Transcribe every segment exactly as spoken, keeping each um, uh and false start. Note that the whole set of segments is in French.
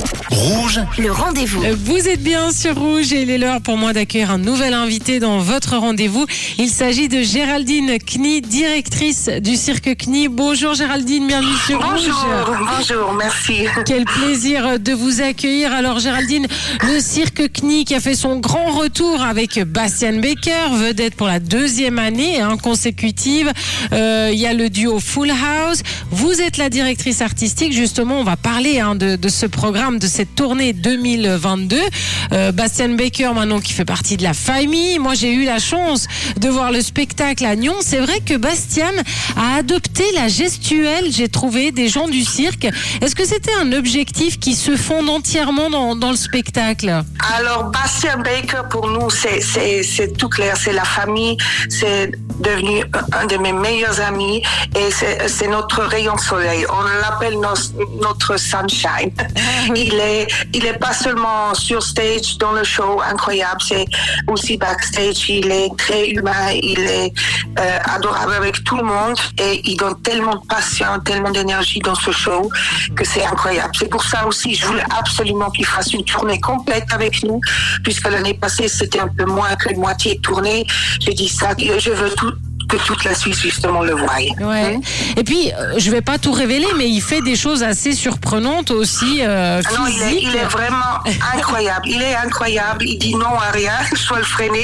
Rouge, le rendez-vous. Vous êtes bien sur Rouge et il est l'heure pour moi d'accueillir un nouvel invité dans votre rendez-vous. Il s'agit de Géraldine Knie, directrice du cirque Knie. Bonjour Géraldine, bienvenue sur Bonjour, Rouge. bonjour, merci. Quel plaisir de vous accueillir. Alors Géraldine, le cirque Knie qui a fait son grand retour avec Bastian Becker, vedette pour la deuxième année hein, consécutive. Euh, il y a le duo Full House. Vous êtes la directrice artistique. Justement, on va parler hein, de, de ce programme, de cette tournée deux mille vingt-deux. Euh, Bastian Becker, maintenant qui fait partie de la famille. Moi, j'ai eu la chance de voir le spectacle à Nyon. C'est vrai que Bastian a adopté la gestuelle, j'ai trouvé, des gens du cirque. Est-ce que c'était un objectif qui se fonde entièrement dans, dans le spectacle? Alors, Bastian Becker, pour nous, c'est, c'est, c'est tout clair. C'est la famille. C'est devenu un de mes meilleurs amis et c'est, c'est notre rayon de soleil. On l'appelle nos, notre sunshine. Il est, il est pas seulement sur stage dans le show incroyable, c'est aussi backstage. Il est très humain, il est euh, adorable avec tout le monde et il donne tellement de passion, tellement d'énergie dans ce show que c'est incroyable. C'est pour ça aussi, je voulais absolument qu'il fasse une tournée complète avec nous, puisque l'année passée c'était un peu moins que moitié tournée. J'ai dit ça, je veux tout. Que toute la Suisse justement le voie. Ouais. Et puis, euh, je vais pas tout révéler, mais il fait des choses assez surprenantes aussi. Euh, non, il est, il est vraiment incroyable. Il est incroyable. Il dit non à rien. Je dois le freiner.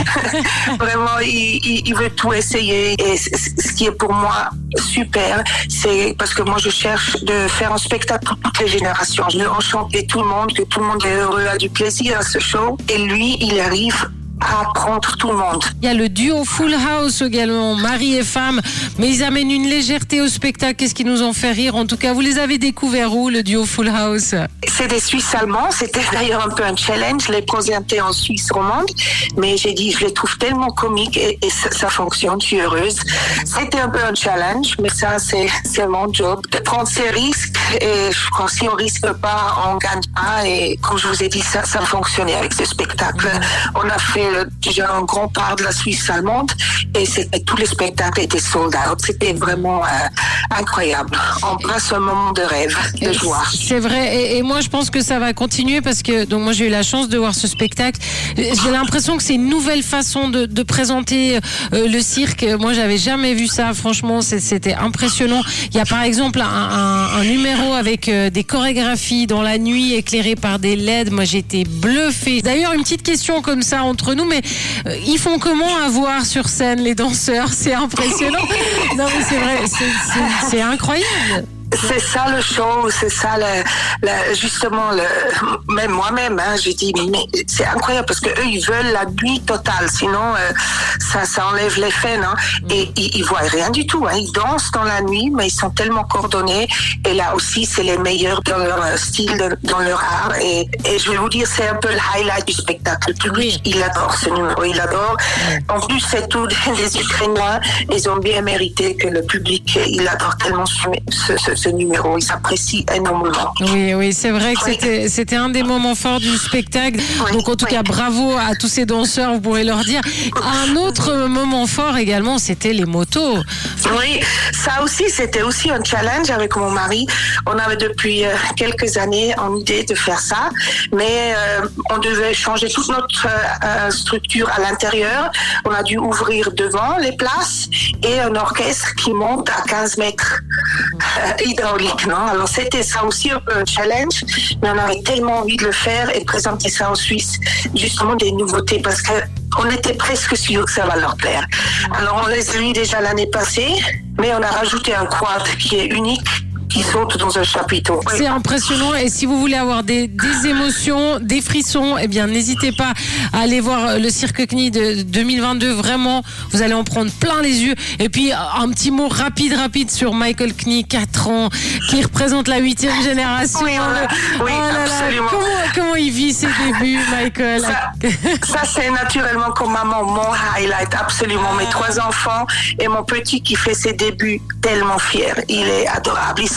Vraiment, il, il, il veut tout essayer. Et c- ce qui est pour moi super, c'est parce que moi je cherche de faire un spectacle pour toutes les générations. Je veux enchanter tout le monde, que tout le monde est heureux, a du plaisir à ce show. Et lui, il arrive à apprendre tout le monde. Il y a le duo Full House également, mari et femme, mais ils amènent une légèreté au spectacle. Qu'est-ce qui nous ont fait rire? En tout cas, vous les avez découverts où, le duo Full House? C'est des Suisses allemands. C'était d'ailleurs un peu un challenge, les présenter en Suisse romande. Mais j'ai dit, je les trouve tellement comiques et, et ça, ça fonctionne, je suis heureuse. C'était un peu un challenge, mais ça, c'est, c'est mon job. De prendre ces risques et je crois que si on risque pas, on gagne pas. Et comme je vous ai dit, ça, ça a fonctionné avec ce spectacle. On a fait déjà un grand part de la Suisse allemande et c'était, tous les spectacles étaient sold out. C'était vraiment euh, incroyable. On passe un moment de rêve, de joie. C'est vrai. Et, et moi, je pense que ça va continuer parce que donc moi, j'ai eu la chance de voir ce spectacle. J'ai l'impression que c'est une nouvelle façon de, de présenter euh, le cirque. Moi, j'avais jamais vu ça. Franchement, c'est, c'était impressionnant. Il y a par exemple un, un, un numéro avec euh, des chorégraphies dans la nuit éclairées par des L E D. Moi, j'étais bluffée. D'ailleurs, une petite question comme ça entre nous, mais euh, ils font comment à voir sur scène les danseurs? C'est impressionnant. Non, mais c'est vrai, c'est, c'est, c'est incroyable. C'est ça le show, c'est ça le, le, justement le, même moi-même, hein, j'ai dit mais c'est incroyable parce que eux ils veulent la nuit totale, sinon euh, ça, ça enlève l'effet, non? Et ils, ils voient rien du tout, hein, ils dansent dans la nuit, mais ils sont tellement coordonnés et là aussi c'est les meilleurs dans leur style, dans leur art et, et je vais vous dire c'est un peu le highlight du spectacle. Le public il adore ce numéro, il adore. En plus c'est tous des Ukrainiens, ils ont bien mérité que le public il adore tellement ce, ce, ce ce numéro, il s'apprécie énormément. Oui, oui, c'est vrai que oui. c'était, c'était un des moments forts du spectacle. Oui, Donc, en tout oui. cas, bravo à tous ces danseurs, vous pourrez leur dire. Un autre moment fort également, c'était les motos. Oui, ça aussi, c'était aussi un challenge avec mon mari. On avait depuis euh, quelques années en idée de faire ça, mais euh, on devait changer toute notre euh, structure à l'intérieur. On a dû ouvrir devant les places et un orchestre qui monte à quinze mètres. Euh, hydraulique, non? Alors c'était ça aussi un peu un challenge, mais on avait tellement envie de le faire et de présenter ça en Suisse, justement des nouveautés, parce que on était presque sûr que ça va leur plaire. Alors on les a eu déjà l'année passée, mais on a rajouté un quad qui est unique, qui saute dans un chapiteau. C'est impressionnant et si vous voulez avoir des, des émotions, des frissons, eh bien n'hésitez pas à aller voir le cirque Knie de deux mille vingt-deux. Vraiment, vous allez en prendre plein les yeux. Et puis un petit mot rapide, rapide sur Michael Knie, quatre ans, qui représente la huitième génération. Oui, a, oui oh là absolument. Là, comment, comment il vit ses débuts, Michael? Ça, ça c'est naturellement comme maman mon highlight, absolument. Mes trois enfants et mon petit qui fait ses débuts tellement fiers. Il est adorable. Ils sont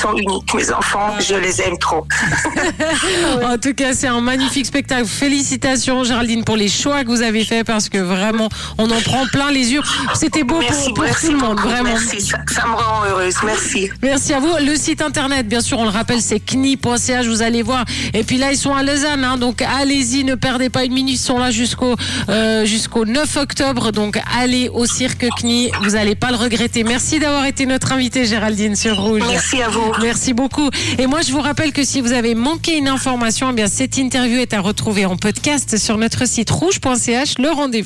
sont uniques, mes enfants, je les aime trop. En tout cas, c'est un magnifique spectacle. Félicitations, Géraldine, pour les choix que vous avez faits, parce que vraiment, on en prend plein les yeux. C'était beau merci, pour, pour merci tout le monde, beaucoup, vraiment. Merci, ça, ça me rend heureuse, merci. Merci à vous. Le site internet, bien sûr, on le rappelle, c'est c n i point c h, vous allez voir. Et puis là, ils sont à Lausanne, hein, donc allez-y, ne perdez pas une minute, ils sont là jusqu'au euh, jusqu'au neuf octobre, donc allez au Cirque C N I, vous n'allez pas le regretter. Merci d'avoir été notre invitée, Géraldine, sur Rouge. Merci à vous. Merci beaucoup. Et moi, je vous rappelle que si vous avez manqué une information, eh bien, cette interview est à retrouver en podcast sur notre site rouge point c h, le rendez-vous.